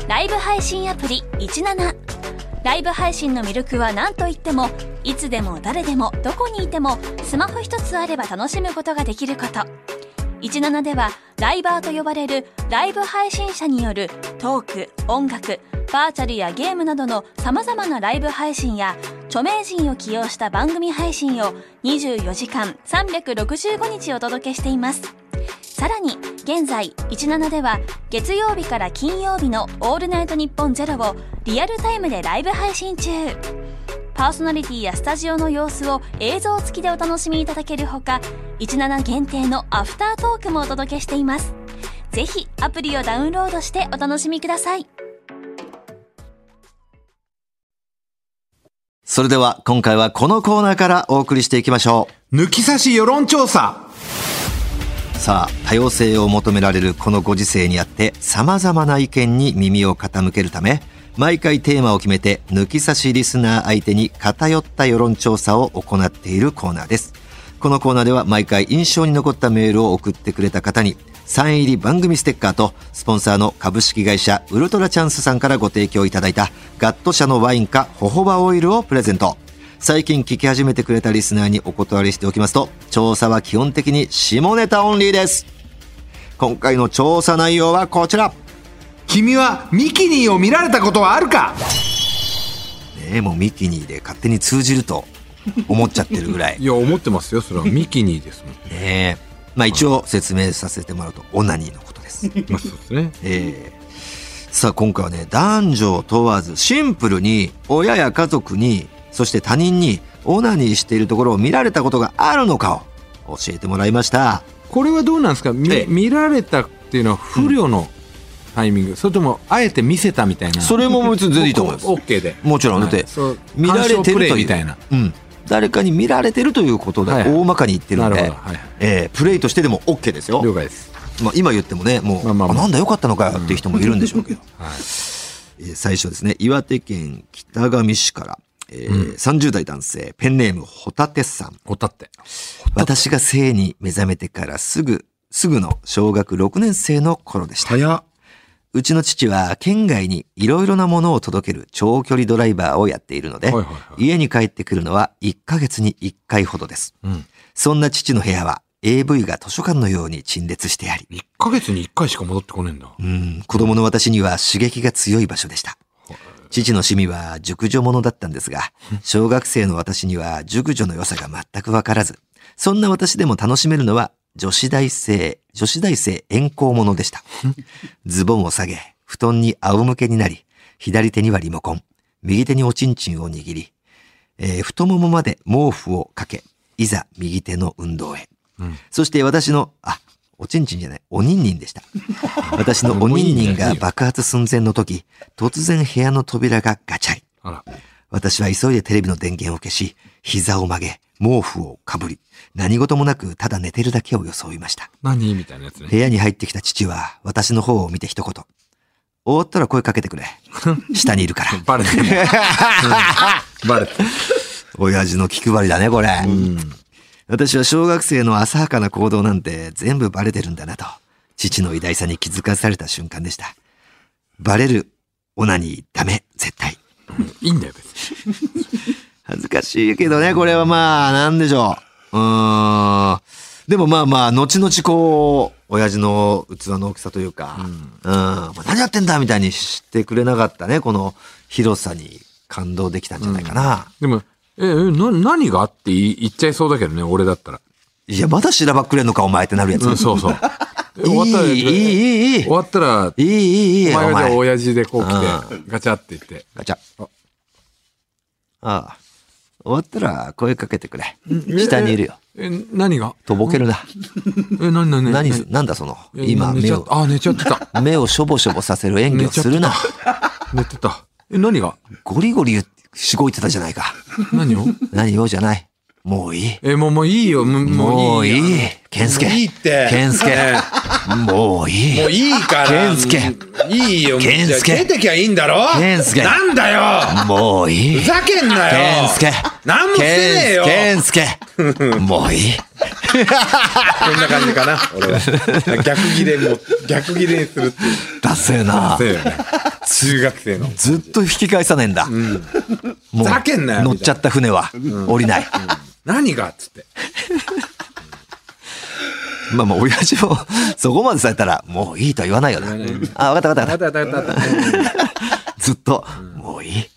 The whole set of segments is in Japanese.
ライブ配信アプリ17。ライブ配信の魅力は何といっても、いつでも誰でもどこにいてもスマホ一つあれば楽しむことができること。17ではライバーと呼ばれるライブ配信者によるトーク、音楽、バーチャルやゲームなどの様々なライブ配信や著名人を起用した番組配信を24時間365日お届けしています。さらに現在17では月曜日から金曜日のオールナイトニッポンゼロをリアルタイムでライブ配信中。パーソナリティやスタジオの様子を映像付きでお楽しみいただけるほか、17限定のアフタートークもお届けしています。ぜひアプリをダウンロードしてお楽しみください。 それでは今回はこのコーナーからお送りしていきましょう。抜き差し世論調査。 さあ、多様性を求められるこのご時世にあって様々な意見に耳を傾けるため、毎回テーマを決めて抜き差しリスナー相手に偏った世論調査を行っているコーナーです。このコーナーでは毎回印象に残ったメールを送ってくれた方にサイン入り番組ステッカーとスポンサーの株式会社ウルトラチャンスさんからご提供いただいたガット社のワインかホホバオイルをプレゼント。最近聞き始めてくれたリスナーにお断りしておきますと、調査は基本的に下ネタオンリーです。今回の調査内容はこちら。 君はミキニーを見られたことはあるか？ ねえ、もうミキニーで勝手に通じると思っちゃってるぐらい。 いや、思ってますよ。それはミキニーですもんね。まあ一応説明させてもらうとオナニーのことです。 まあそうですね。 さあ今回はね、男女問わずシンプルに親や家族に、そして他人にオナニーしているところを見られたことがあるのかを教えてもらいました。 これはどうなんですか？見られたっていうのは不慮のタイミング、それともあえて見せたみたいな。 それも別に全然いいと思います。 OK で。 もちろんだって、はい、見られてるというみたいな、誰かに見られてるということで大まかに言ってるんで、プレイとしてでも OK ですよ。 了解です。 まあ、今言ってもね、もう、なんだよかったのかよっていう人もいるんでしょうけど、最初ですね、岩手県北上市から、30代男性、ペンネームホタテさん。 ホタテ。 私が性に目覚めてからすぐの小学6年生の頃でした。 早っ。 うちの父は県外にいろいろなものを届ける長距離ドライバーをやっているので、家に帰ってくるのは1ヶ月に1回ほどです。そんな父の部屋は AV が図書館のように陳列してあり、 1ヶ月に1回しか戻ってこねえんだ。 子供の私には刺激が強い場所でした。父の趣味は熟女ものだったんですが、小学生の私には熟女の良さが全くわからず、そんな私でも楽しめるのは女子大生遠行ものでした。ズボンを下げ、布団に仰向けになり、左手にはリモコン、右手におちんちんを握り、太ももまで毛布をかけ、いざ右手の運動へ。そして私の、おちんちんじゃない、おにんにんでした。私のおにんにんが爆発寸前の時、突然部屋の扉がガチャリ。私は急いでテレビの電源を消し、膝を曲げ、毛布をかぶり、何事もなくただ寝てるだけを装いました。 何みたいなやつね。 部屋に入ってきた父は私の方を見て一言。終わったら声かけてくれ。下にいるから。 バレてる。バレてる。 親父の気配りだね、これ。私は小学生の浅はかな行動なんて全部バレてるんだなと、父の偉大さに気づかされた瞬間でした。バレるオナニーダメ、絶対。 いいんだよ、別に。 恥ずかしいけどね、これはまあ、なんでしょう。でもまあまあ、後々こう、親父の器の大きさというか、何やってんだみたいにしてくれなかったね、この広さに感動できたんじゃないかな。 でも、何がって言っちゃいそうだけどね、俺だったら。 いや、まだしらばっくれんのか、お前ってなるやつ。 そうそう。終わったら、終わったら、 いい、 お前がじゃあ親父でこう来て、ガチャって言って。 ガチャ。終わったら声かけてくれ。下にいるよ。 何が？ とぼけるな。なんだその、今目を。 寝ちゃってた。 目をしょぼしょぼさせる演技をするな。 寝てた。何が？ ゴリゴリしごいてたじゃないか。何をじゃない。もういい。 もういいよ。 もういい。健介。 いいって。 健介。もういい。 もういいから。 健介。 いいよ。 健介。 出てきゃいいんだろ。 健介。 なんだよ。 もういい。 ふざけんなよ。 健介。 なんもしてねえよ。 健介。もういい。 こんな感じかな。俺は。逆ギレにするっていう。 ダセえな。 中学生の。 ずっと引き返さねえんだ。もうざけんなよ乗っちゃった船は降りない。 何がっつって。 まあまあ、親父もそこまでされたら、もういいとは言わないよな。あ、わかったわかった。 あったあったあったあった。 ずっと、もういい。し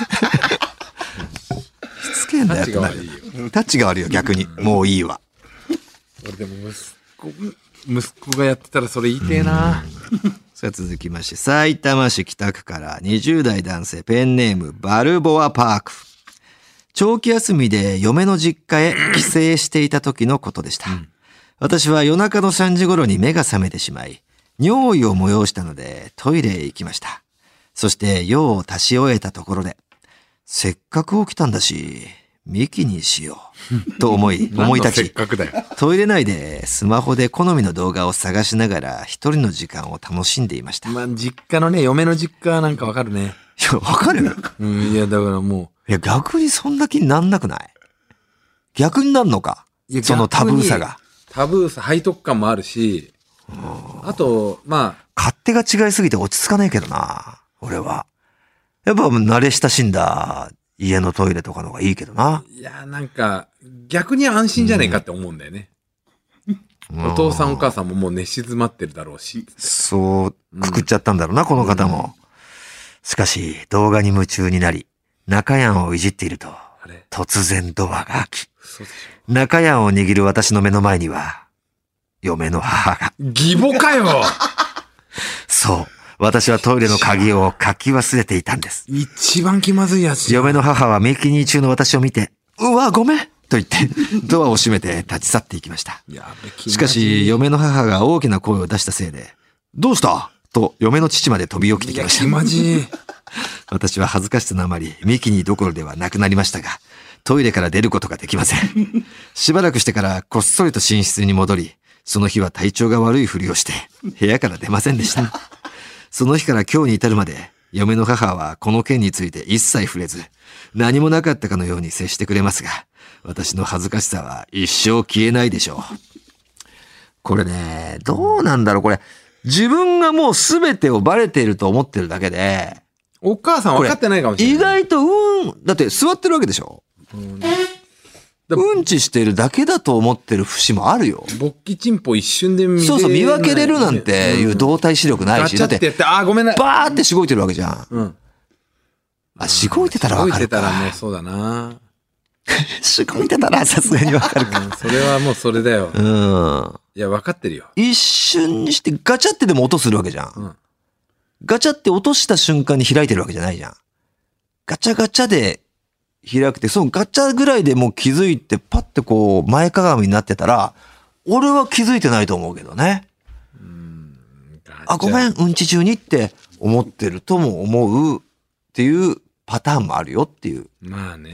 つけえんだよってなる。タッチが悪いよ、逆に。もういいわ。 俺でも息子がやってたらそれ言いてえな。 さあ続きまして、埼玉市北区から20代男性ペンネームバルボアパーク。長期休みで嫁の実家へ帰省していた時のことでした。私は夜中の3時頃に目が覚めてしまい、尿意を催したのでトイレへ行きました。そして用を足し終えたところで、せっかく起きたんだし、ミキにしようと思い立せっち、 かくだよ。 トイレ内でスマホで好みの動画を探しながら一人の時間を楽しんでいました。 まあ実家のね、嫁の実家なんかわかるね。 いや、わかるよ。 いやだからもいや、逆にそんな気になんなくない？逆になんのか、 う。 そのタブーさが。 タブーさ、背徳感もあるし、あと、まあ。 勝手が違いすぎて落ち着かないけどな、俺は。やっぱ慣れ親しんだ家のトイレとかの方がいいけどな。 いや、なんか、逆に安心じゃねえかって思うんだよね。お父さんお母さんももう寝静まってるだろうし。 そう、くくっちゃったんだろうな、この方も。しかし、動画に夢中になり、中やんをいじっていると、突然ドアが開き、中やんを握る私の目の前には、嫁の母が。 義母かよ。 そう。私はトイレの鍵を書き忘れていたんです。 一番気まずいやつ。 嫁の母はミキニー中の私を見て、うわ、ごめんと言って、ドアを閉めて立ち去っていきました。しかし、嫁の母が大きな声を出したせいで、どうしたと嫁の父まで飛び起きてきました。 気まじい。 私は恥ずかしさのあまり、ミキニーどころではなくなりましたが、トイレから出ることができません。しばらくしてからこっそりと寝室に戻り、その日は体調が悪いふりをして、部屋から出ませんでした。その日から今日に至るまで、嫁の母はこの件について一切触れず、何もなかったかのように接してくれますが、私の恥ずかしさは一生消えないでしょう。これね、どうなんだろうこれ。自分がもう全てをバレていると思ってるだけで、 お母さん分かってないかもしれない。 意外とだって座ってるわけでしょ。うんちしてるだけだと思ってる節もあるよ。 勃起チンポ一瞬で見れない。 そうそう、見分けれるなんていう動体視力ないし。 ガチャってやって、あ、ごめんな。 バーってしごいてるわけじゃん。あ、しごいてたらわかるか。 しごいてたらもうそうだな。 しごいてたらさすがにわかるか。 それはもうそれだよ。いや、分かってるよ。 一瞬にしてガチャってでも音するわけじゃん。ガチャって落とした瞬間に開いてるわけじゃないじゃん。ガチャガチャで開くて、そのガチャぐらいでもう気づいて、パッてこう前かがみになってたら、俺は気づいてないと思うけどね。あ、ごめん、うんち中にって思ってるとも思うっていうパターンもあるよっていう。 まあね。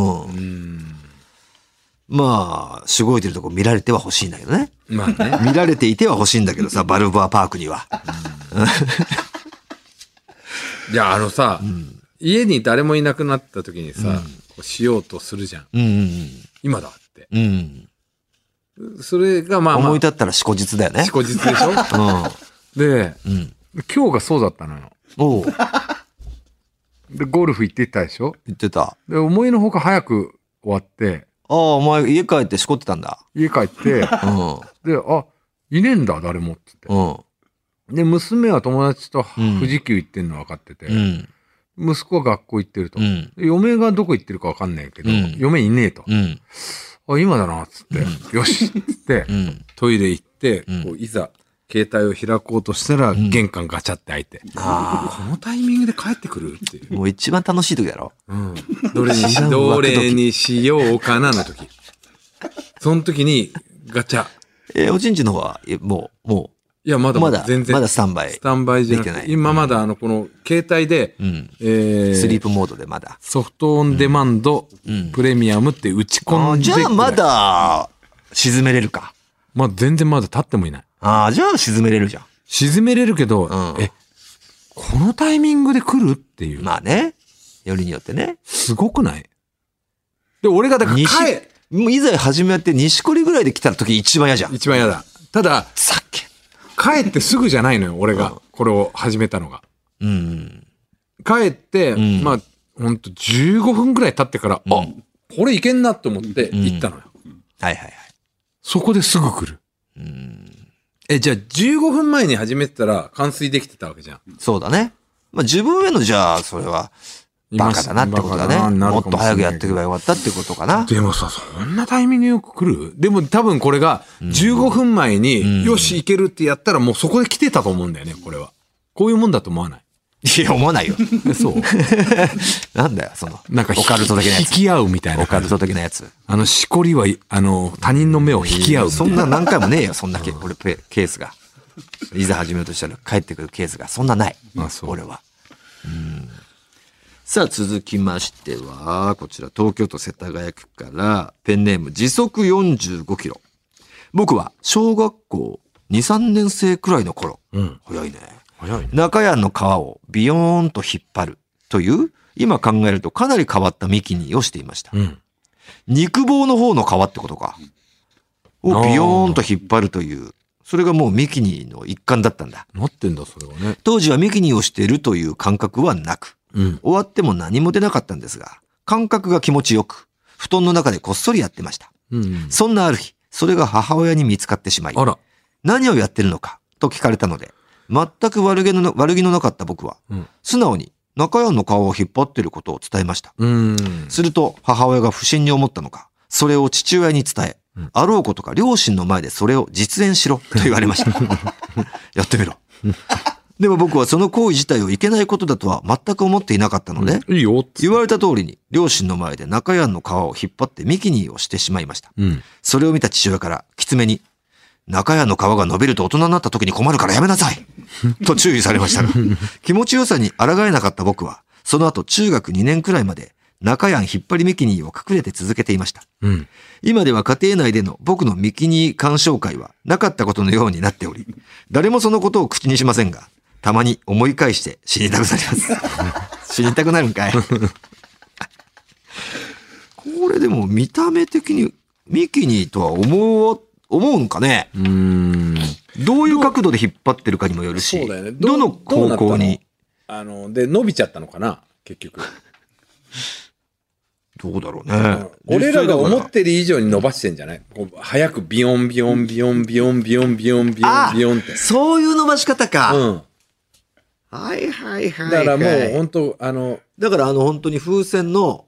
まあ、しごいてるとこ見られては欲しいんだけどね。 まあね。 見られていては欲しいんだけどさ、バルボアパークには。 いや、さ、家に誰もいなくなった時にさ、しようとするじゃん。今だって。それがまあ、 思い立ったらしこじつだよね。 しこじつでしょ。で、今日がそうだったのよ。で、ゴルフ行ってたでしょ。 行ってた。 で、思いのほか早く終わって。 ああ、お前家帰ってしこってたんだ。 家帰って、で、あ、いねえんだ、誰もっつって。で、娘は友達と富士急行ってんの分かってて、息子は学校行ってると。嫁がどこ行ってるか分かんないけど、嫁いねえと。あ、今だな、つって。よし、つって、トイレ行って、こういざ、携帯を開こうとしたら、玄関ガチャって開いて。このタイミングで帰ってくるっていう。 もう一番楽しい時だろ。 どれにしようかなの時。その時に、ガチャ。 おちんちの方は、もう。 いや、まだ全然。 まだスタンバイ。 スタンバイじゃなくて、今まだこの携帯で、 スリープモードでまだ。 ソフトオンデマンド、プレミアムって打ち込んで。 じゃあまだ、沈めれるか。 まあ全然まだ立ってもいない。 じゃあ沈めれるじゃん。 沈めれるけど、このタイミングで来るっていう。 まあね。よりによってね。 すごくない？で、俺がだからいざ始めて西堀ぐらいで来た時一番嫌じゃん。 一番嫌だ。ただ、 さっき。 帰ってすぐじゃないのよ、俺が。これを始めたのが。 うん。 帰って、まあ、ほんと15分くらい経ってから、これいけんなと思って行ったのよ。 はいはいはい。 そこですぐ来る。じゃあ15分前に始めてたら完遂できてたわけじゃん。 そうだね。まあ自分へのじゃあそれはバカだなってことだね。もっと早くやっていけばよかったってことかな。 でもさ、そんなタイミングよく来る？でも多分これが15分前に、よしいけるってやったらもうそこで来てたと思うんだよね、これは。こういうもんだと思わない？ いや、思わないよ。 そう。 なんだよ、その。 なんか、 オカルト的なやつ。 引き合うみたいな。 オカルト的なやつ。 しこりは、他人の目を引き合う。 そんな何回もねえよ、そんなケースが。いざ始めようとしたら帰ってくるケースがそんなない。俺は。さあ、続きましては、こちら、東京都世田谷区から、ペンネーム、時速45キロ。僕は、小学校2、3年生くらいの頃。早いね。中屋の皮をビヨーンと引っ張るという、今考えるとかなり変わったミキニーをしていました。肉棒の方の皮ってことか。をビヨーンと引っ張るという、それがもうミキニーの一環だったんだ。 なってんだ、それはね。 当時はミキニーをしているという感覚はなく、終わっても何も出なかったんですが、感覚が気持ちよく、布団の中でこっそりやってました。そんなある日、それが母親に見つかってしまい、何をやってるのかと聞かれたので、全く悪気のなかった僕は、素直に中屋の皮を引っ張っていることを伝えました。すると母親が不審に思ったのか、それを父親に伝え、あろうことか両親の前でそれを実演しろと言われました。やってみろ。でも僕はその行為自体をいけないことだとは全く思っていなかったので、言われた通りに両親の前で中屋の皮を引っ張ってミキニーをしてしまいました。それを見た父親からきつめに、中屋の皮が伸びると大人になった時に困るからやめなさいと注意されましたが、気持ちよさに抗えなかった僕は、その後中学2年くらいまで中屋引っ張りミキニーを隠れて続けていました。今では家庭内での僕のミキニー鑑賞会はなかったことのようになっており、誰もそのことを口にしませんが、たまに思い返して死にたくなります。死にたくなるんかい。これでも見た目的にミキニーとは思うんかね。どういう角度で引っ張ってるかにもよるし、ね、どの方向に。 で、伸びちゃったのかな、結局。 どうだろうね。 俺らが思ってる以上に伸ばしてんじゃない？早くビヨンビヨンビヨンビヨンビヨンビヨンビヨンビヨンって。 そういう伸ばし方か。はいはいはい。 だからもう本当だから本当に風船の、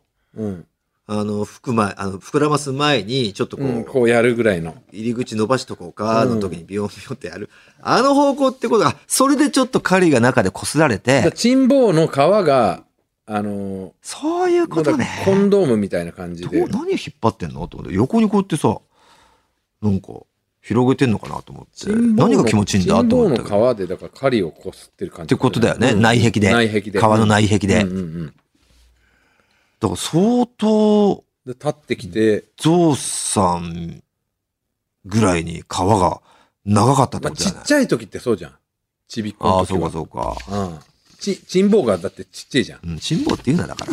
膨らます前に、ちょっとこうやるぐらいの。 入り口伸ばしとこうか、の時にビヨンビヨンってやる。方向ってことが、それでちょっと針が中で擦られて。 チンボウの皮が、 そういうことね。 コンドームみたいな感じで。 何引っ張ってんのと思って、横にこうやってさ、なんか、広げてんのかなと思って。何が気持ちいいんだと思って。 チンボウの皮で、だから針をこすってる感じ。 ってことだよね。内壁で。皮の内壁で。だから相当、 立ってきて、 ゾウさんぐらいに皮が長かったってことだよね。 ちっちゃい時ってそうじゃん。ちびっこの時は。 そうか。 チンボウがだってちっちゃいじゃん。 チンボウって言うなだから。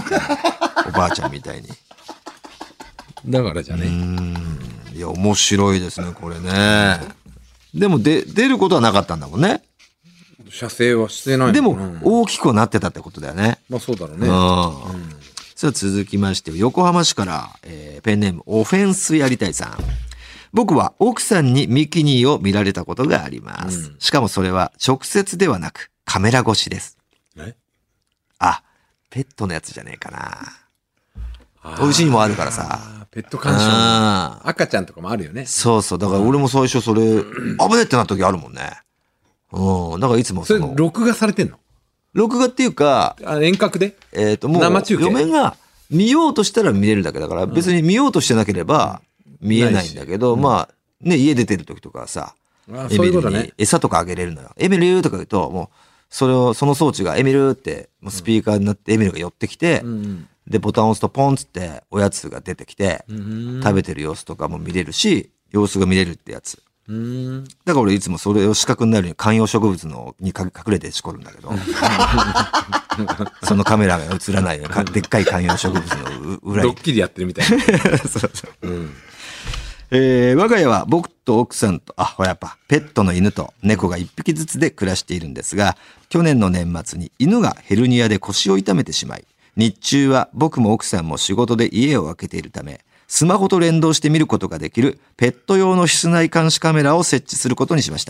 おばあちゃんみたいに。 だからじゃね。 いや、面白いですね、これね。でも出ることはなかったんだもんね。 射精はしてない。 でも、大きくはなってたってことだよね。 まあそうだろうね。 さあ続きまして、横浜市から、ペンネームオフェンスやりたいさん。僕は奥さんにミキニーを見られたことがあります。しかもそれは直接ではなくカメラ越しです。ペットのやつじゃねえかな。お家にもあるからさ。 ペット鑑賞。赤ちゃんとかもあるよね。 そうそう。だから俺も最初それ、危ねってなった時あるもんね。だからいつもそれ録画されてんの？ 録画っていうか、 遠隔でもう、嫁が見ようとしたら見れるだけだから、別に見ようとしてなければ見えないんだけど、まあ、ね、家出てる時とかさ、エミルに餌とかあげれるのよ。エミルとか言うと、もう、その装置がエミルって、スピーカーになってエミルが寄ってきて、で、ボタンを押すとポンつっておやつが出てきて、食べてる様子とかも見れるし、様子が見れるってやつ。だから俺いつもそれを視覚になるように観葉植物に隠れてしこるんだけどそのカメラが映らないようにでっかい観葉植物の裏にドッキリやってるみたいな。 そうそう、我が家は僕と奥さんと、やっぱペットの犬と猫が1匹ずつで暮らしているんですが、去年の年末に犬がヘルニアで腰を痛めてしまい、日中は僕も奥さんも仕事で家を空けているため、スマホと連動して見ることができるペット用の室内監視カメラを設置することにしました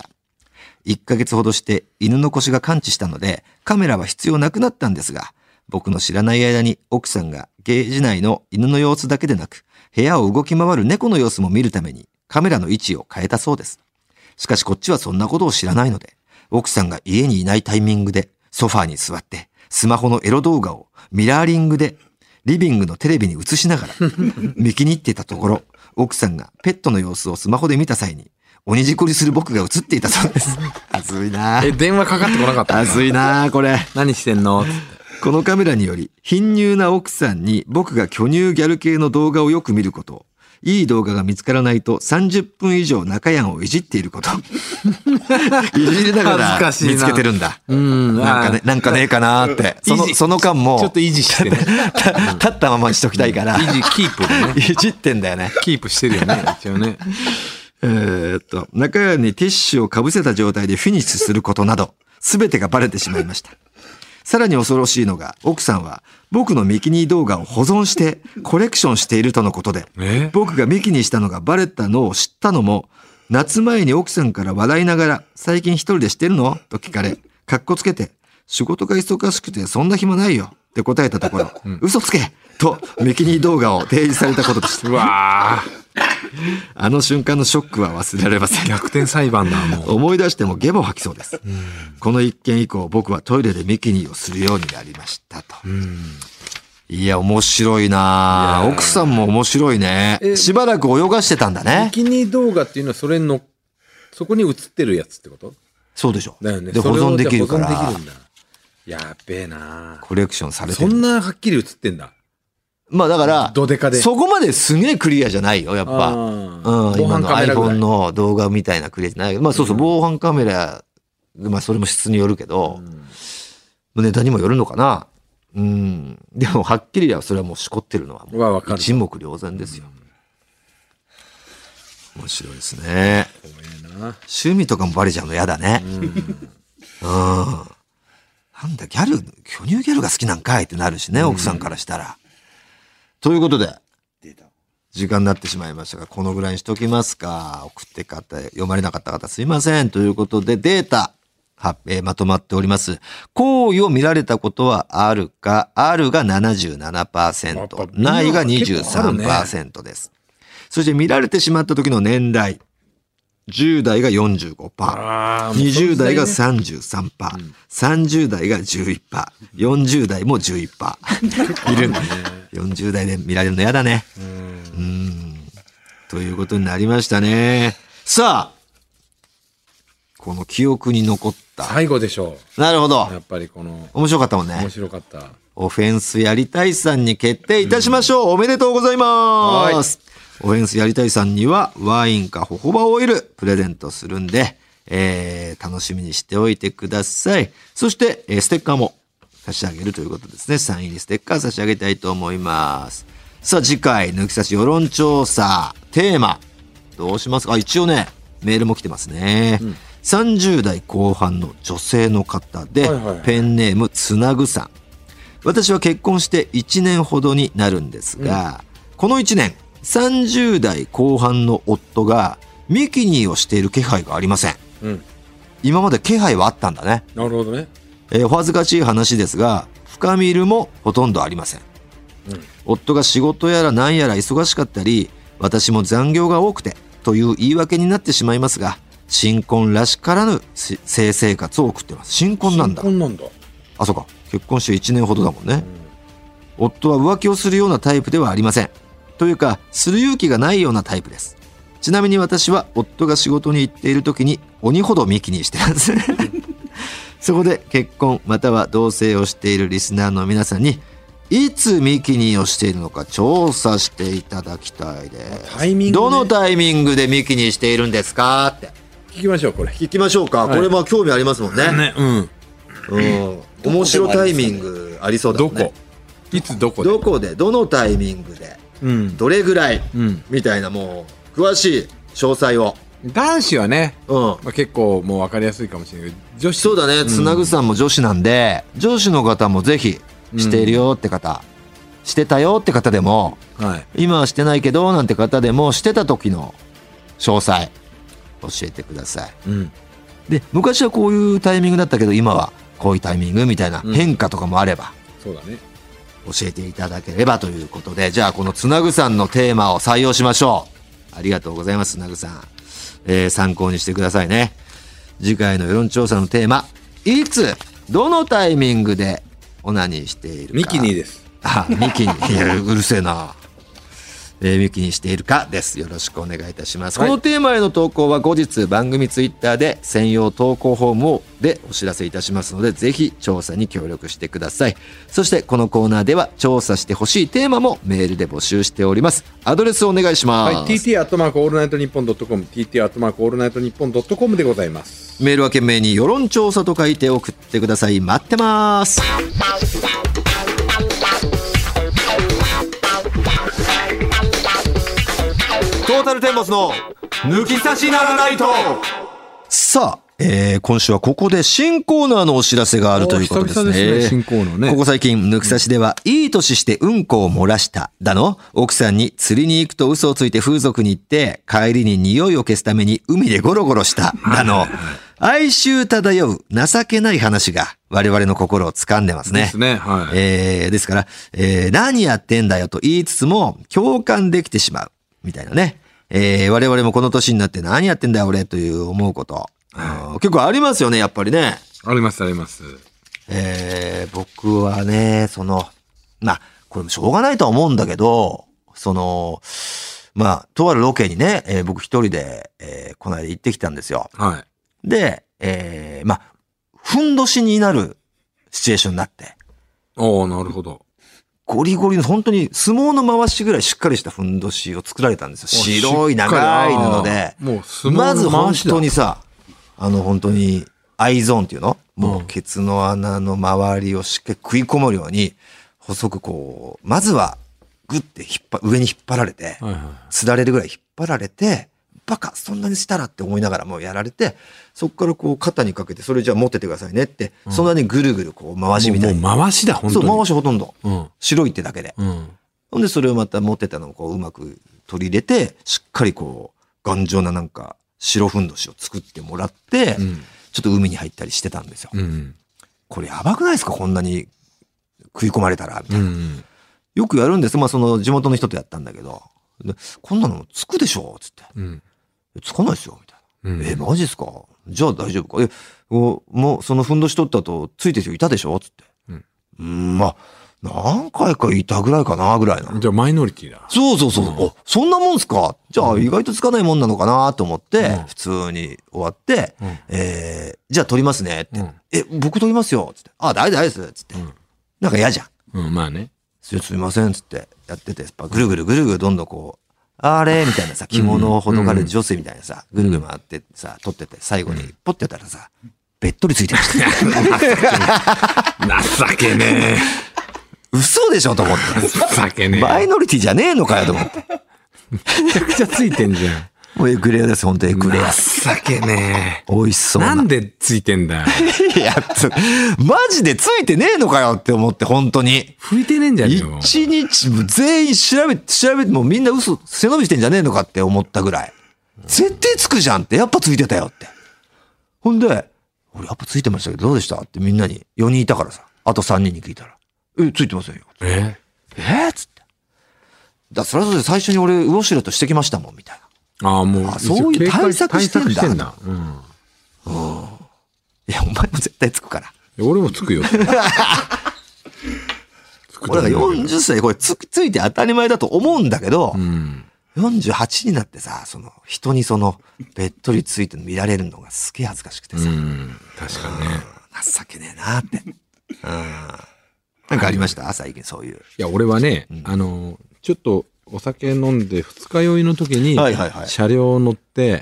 。1ヶ月ほどして犬の腰が完治したので、カメラは必要なくなったんですが、僕の知らない間に奥さんがケージ内の犬の様子だけでなく、部屋を動き回る猫の様子も見るためにカメラの位置を変えたそうです。しかしこっちはそんなことを知らないので、奥さんが家にいないタイミングでソファーに座ってスマホのエロ動画をミラーリングでリビングのテレビに映しながら見気に入っていたところ、奥さんがペットの様子をスマホで見た際に鬼じこりする僕が映っていたそうです。熱いな。 電話かかってこなかった？ 熱いなこれ。 何してんの？ このカメラにより貧乳な奥さんに僕が巨乳ギャル系の動画をよく見ること、いい動画が見つからないと30分以上中やんをいじっていること。いじりながら見つけてるんだ。なんかねえかなーって。その間もちょっと維持してね。 立ったままにしときたいから。 維持キープでね。 いじってんだよね。 キープしてるよね。一応ね。 中やんにティッシュをかぶせた状態でフィニッシュすることなど、すべてがバレてしまいました。さらに恐ろしいのが、奥さんは僕のミキニ動画を保存してコレクションしているとのことで、僕がミキニしたのがバレたのを知ったのも、夏前に奥さんから笑いながら、最近一人でしてるのと聞かれ、かっこつけて、仕事が忙しくてそんな暇ないよって答えたところ、嘘つけとミキニ動画を提示されたことでした。 うわあの瞬間のショックは忘れられません。 逆転裁判だもう。 思い出してもゲボ吐きそうです。この一件以降、僕はトイレでミキニをするようになりましたと。いや面白いな。奥さんも面白いね。しばらく泳がしてたんだね。 ミキニ動画っていうのはそこに映ってるやつってこと？ そうでしょ。 だよね。 で保存できるから。 保存できるんだ。やっべえな。 コレクションされてる。 そんなはっきり映ってんだ。 まあだからドデカでそこまですげえクリアじゃないよやっぱ。今の iPhone の動画みたいなクリアじゃない。まあそう防犯カメラ、まあそれも質によるけど、ネタにもよるのかな。でもはっきりはそれはもうしこってるのはもう一目瞭然ですよ。面白いですね。趣味とかもバレちゃうの嫌だね。なんだ巨乳ギャルが好きなんかいってなるしね、奥さんからしたら。ということで、時間になってしまいましたが、このぐらいにしときますか。送って方、読まれなかった方すいません。ということで、データ、まとまっております。行為を見られたことはあるか、あるが 77%、ないが 23% です。そして見られてしまった時の年代、10代が 45%、20代が 33%、30代が 11%、40代も 11%。いるんだね。40代で見られるのやだね。ということになりましたね。さあ、この記憶に残った。 最後でしょう。 なるほど。 やっぱりこの。 面白かったもんね。 面白かった。 オフェンスやりたいさんに決定いたしましょう。おめでとうございます。オフェンスやりたいさんにはワインかホホバオイルプレゼントするんで、楽しみにしておいてください。そして、ステッカーも差し上げるということですね。サイン入りステッカー差し上げたいと思います。さあ次回、抜き差し世論調査、テーマ、どうしますか？一応ね、メールも来てますね。30代後半の女性の方で、ペンネームつなぐさん。私は結婚して1年ほどになるんですが、この1年、30代後半の夫がミキニをしている気配がありません。今まで気配はあったんだね。 なるほどね。 お恥ずかしい話ですが、深見るもほとんどありません。夫が仕事やら何やら忙しかったり、私も残業が多くてという言い訳になってしまいますが、新婚らしからぬ性生活を送ってます。新婚なんだ。 新婚なんだ。 あ、そうか。結婚して1年ほどだもんね。夫は浮気をするようなタイプではありません。というか、する勇気がないようなタイプです。ちなみに私は夫が仕事に行っている時に鬼ほどミキニしてます。そこで結婚または同棲をしているリスナーの皆さんに、いつミキニをしているのか調査していただきたいです。どのタイミングでミキニしているんですかって聞きましょう。これ聞きましょうか。これも興味ありますもんね。面白タイミングありそうだもんね。 どこ、いつ、どこで、 どこで、どのタイミングで、どれぐらい、みたいな、もう詳しい詳細を男子はね、結構もう分かりやすいかもしれないけど、女子。 そうだね、つなぐさんも女子なんで、女子の方もぜひしているよって方、してたよって方でも、今はしてないけどなんて方でも、してた時の詳細教えてください。で、昔はこういうタイミングだったけど、今はこういうタイミングみたいな変化とかもあれば、 そうだね、 教えていただければということで、じゃあこのつなぐさんのテーマを採用しましょう。ありがとうございます、つなぐさん。参考にしてくださいね。次回の世論調査のテーマ、いつどのタイミングでオナニーしているか。 ミキニです。 ミキニ、いやうるせえな。ミキニしているかです。よろしくお願いいたします。このテーマへの投稿は後日番組ツイッターで専用投稿フォームでお知らせいたしますので、ぜひ調査に協力してください。そしてこのコーナーでは調査してほしいテーマもメールで募集しております。アドレスをお願いします。 はい、tt@allnightnippon.com tt@allnightnippon.com でございます。 メールは懸命に世論調査と書いて送ってください。待ってます。トータルテンボスの抜き差しならないと。さあ、今週はここで新コーナーのお知らせがあるということですね。 久々ですね、新コーナーね。 ここ最近抜き差しでは、いい年してうんこを漏らしただの、奥さんに釣りに行くと嘘をついて風俗に行って帰りに匂いを消すために海でゴロゴロしただの、哀愁漂う情けない話が我々の心を掴んでますね。 ですね。はい。 ですから、何やってんだよと言いつつも共感できてしまうみたいなね。我々もこの年になって何やってんだよ俺という思うこと、結構ありますよね、やっぱりね。 ありますあります。 僕はね、まあこれもしょうがないとは思うんだけど、まあとあるロケにね、僕一人で、この間行ってきたんですよ。 はい。 で、まあふんどしになるシチュエーションになって。 おー、なるほど。 ゴリゴリの本当に相撲の回しぐらいしっかりしたふんどしを作られたんですよ。白い長い布で。 もう相撲のまず本当にさ、本当にアイゾーンっていうの、もうケツの穴の周りをしっかり食い込むように細くこう、まずはグッて上に引っ張られて、つられるぐらい引っ張られて、バカそんなにしたらって思いながらもうやられて、そこからこう肩にかけて、それじゃあ持っててくださいねって、そんなにぐるぐるこう回しみたいな。 もう回しだ、本当に。 そう、回しほとんど。白いってだけで。ほんでそれをまた持ってたのをこううまく取り入れて、しっかりこう頑丈ななんか白ふんどしを作ってもらって、ちょっと海に入ったりしてたんですよ。これやばくないですか、こんなに食い込まれたらみたいな。よくやるんです。まあその地元の人とやったんだけど、こんなのつくでしょつって。つかないですよみたいな。マジですか、じゃあ大丈夫か。もうそのふんどし取った後ついてる人いたでしょつって。まあ何回かいたぐらいかなぐらいな。 じゃあマイノリティだ。 そうそうそう。そんなもんすか。じゃあ意外とつかないもんなのかなと思って、普通に終わって、じゃあ取りますねって。僕取りますよつって。大丈夫ですつって。なんか嫌じゃん。 まあね。 すいませんつってやってて、ぐるぐるぐるぐるどんどんこう、あれみたいなさ、着物をほどかれる女性みたいなさ、ぐるぐる回ってさ、撮ってて、最後にポッてやったらさ、べっとりついてました。 情けねえ。 嘘でしょと思って。 情けねえ。 マイノリティじゃねえのかよと思って。 めちゃくちゃついてんじゃん。 もうエクレアです、本当エクレア。 情けねえ。美味しそうな。 なんでついてんだよ。 いや、マジでついてねえのかよって思って、本当に。 拭いてねえんじゃねえよ。 一日も全員調べて、もうみんな嘘、背伸びしてんじゃねえのかって思ったぐらい。絶対つくじゃんって、やっぱついてたよって。ほんで、俺やっぱついてましたけどどうでしたってみんなに4人いたからさ、あと3人に聞いたら、ついてませんよ。つって。それはそれで最初に俺、ウォシュレットしてきましたもん、みたいな。 もう、 そういう対策してんだ。いや、お前も絶対つくから。 俺もつくよ。 俺が40歳これついて当たり前だと思うんだけど、48になってさ、人にべっとりついて見られるのがすげえ恥ずかしくてさ。 確かにね。 情けねえなって。なんかありました最近そういう。 いや、俺はね、ちょっとお酒飲んで二日酔いの時に、車両乗って、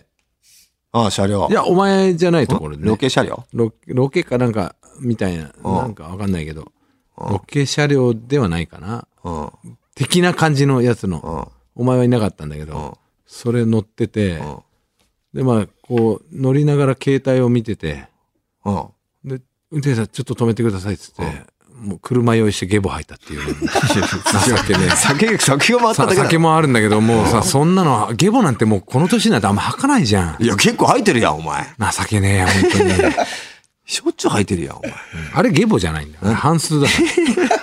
車両。 いや、お前じゃないところでね。 ロケ車両ロケかなんか、みたいな、なんかわかんないけど、ロケ車両ではないかな。的な感じのやつの、お前はいなかったんだけど、それ乗ってて、 でまあこう乗りながら携帯を見てて、で運転手さんちょっと止めてくださいっつって、もう車用意してゲボ吐いたっていう、情けね酒が回っただけだ。 酒もあるんだけど、もうさ、そんなのゲボなんてもうこの年になってあんま吐かないじゃん。 いや結構吐いてるやんお前。 情けねえや本当に。 しょっちゅう吐いてるやんお前。 あれゲボじゃないんだよ。半数だから。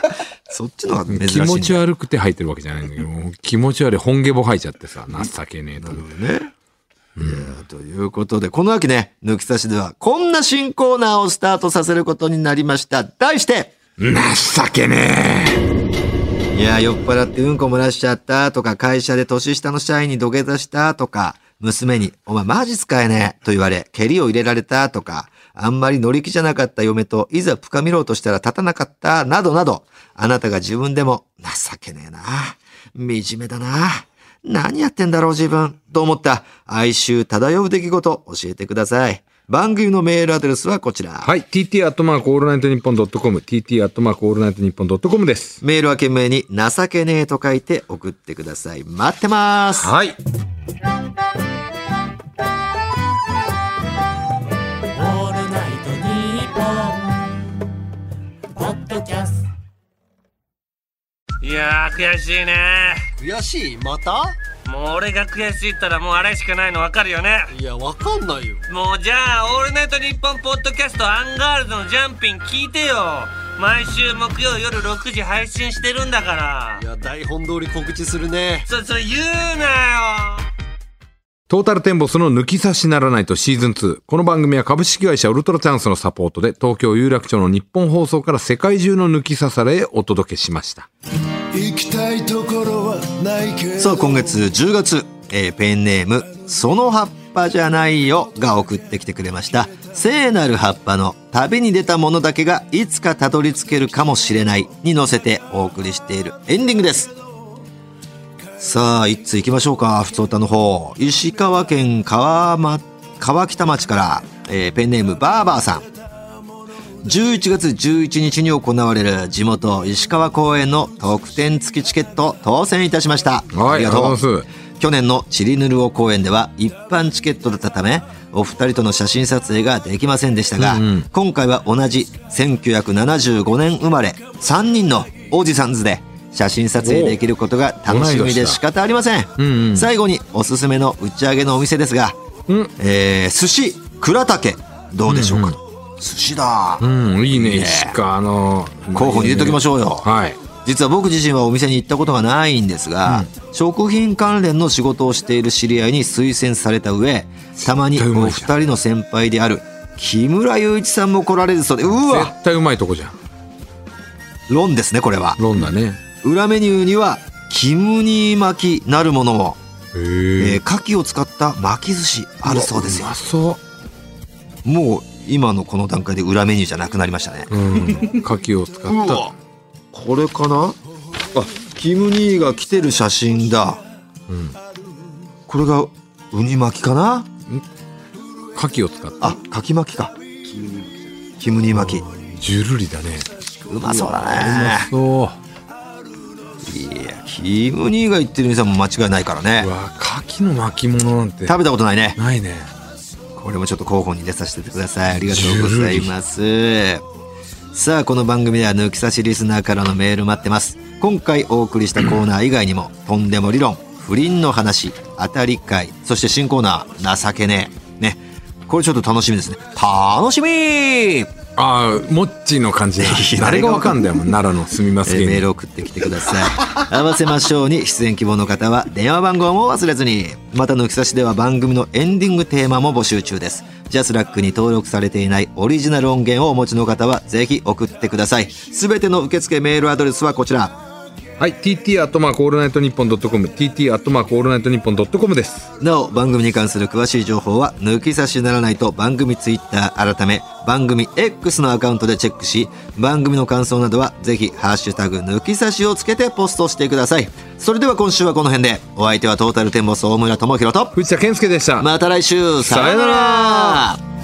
そっちの方が珍しい。 気持ち悪くて吐いてるわけじゃないんだけど、気持ち悪い本ゲボ吐いちゃってさ、情けねえと思ってね。 いやということでこの秋ね、抜き差しではこんな新コーナーをスタートさせることになりました。題して情けねえ。いや酔っ払ってうんこ漏らしちゃったとか、会社で年下の社員に土下座したとか、娘にお前マジ使えねえと言われ蹴りを入れられたとか、あんまり乗り気じゃなかった嫁といざ深見ろうとしたら立たなかったなどなど、あなたが自分でも情けねえな、惨めだな、何やってんだろう自分と思った哀愁漂う出来事教えてください。番組のメールアドレスはこちら。 はい。tt@オールナイトニッポン.com、tt@オールナイトニッポン.com です。 メールは懸命に情けねえと書いて送ってください。待ってます。 はい。 いやー悔しいね。 悔しい？また？ もう俺が悔しいったらもうあれしかないの分かるよね。 いや分かんないよ。 もうじゃあオールナイトニッポンポッドキャストアンガールズのジャンピン聞いてよ。毎週木曜夜6時配信してるんだから。 いや台本通り告知するね。 それ言うなよ。 トータルテンボスの抜き差しならないとシーズン2。この番組は株式会社ウルトラチャンスのサポートで東京有楽町の日本放送から世界中の抜き差されへお届けしました。 行きたいところはないけど。さあ今月10月、ペンネームその葉っぱじゃないよが送ってきてくれました。聖なる葉っぱの旅に出たものだけがいつかたどり着けるかもしれないに乗せてお送りしているエンディングです。さあ一通行きましょうか。ふつおたの方、石川県川北町から、ペンネームバーバーさん。11月11日に行われる地元石川公演の特典付きチケット当選いたしました。 ありがとうございます。 去年のチリヌルオ公演では一般チケットだったためお二人との写真撮影ができませんでしたが、今回は同じ1975年生まれ3人のおじさんズで写真撮影できることが楽しみで仕方ありません。最後におすすめの打ち上げのお店ですが、寿司倉岳どうでしょうか。寿司だ。 いいね。石川の候補に入れときましょうよ。 はい。 実は僕自身はお店に行ったことがないんですが、食品関連の仕事をしている知り合いに推薦された上、たまにお二人の先輩である木村雄一さんも来られるそうで、うわ絶対うまいとこじゃん。 ロンですねこれは。 ロンだね。 裏メニューにはキムニ巻きなるものを、牡蠣を使った巻き寿司あるそうですよ。 うまそう。 もう今のこの段階で裏メニューじゃなくなりましたね。 牡蠣を使った。 これかな。キムニが来てる写真だ。これがウニ巻きかな。 牡蠣を使った。 牡蠣巻きか。キムニ巻き。 ジュルリだね。 うまそうだね。 うまそう。 いやキムニが言ってる店も間違いないからね。 うわ牡蠣の巻き物なんて食べたことないね。 ないね。 これもちょっと候補に入れさせてください。ありがとうございます。さあこの番組では抜き差しリスナーからのメール待ってます。今回お送りしたコーナー以外にもとんでも理論、不倫の話、当たり会、そして新コーナー情けねえね、これちょっと楽しみですね。楽しみ。 モッチーの感じだ。誰がわかんだよ奈良のすみません。 メール送ってきてください。合わせましょうに出演希望の方は電話番号も忘れずに。また抜き差しでは番組のエンディングテーマも募集中です。ジャスラックに登録されていないオリジナル音源をお持ちの方はぜひ送ってください。すべての受付メールアドレスはこちら。 はい、tt@オールナイトニッポン.com、tt@オールナイトニッポン.com です。 なお番組に関する詳しい情報は抜き差しならないと番組ツイッター改め番組 X のアカウントでチェックし、番組の感想などはぜひハッシュタグ抜き差しをつけてポストしてください。それでは今週はこの辺で。お相手はトータルテンボス大村智広と藤田健介でした。 また来週、さよなら。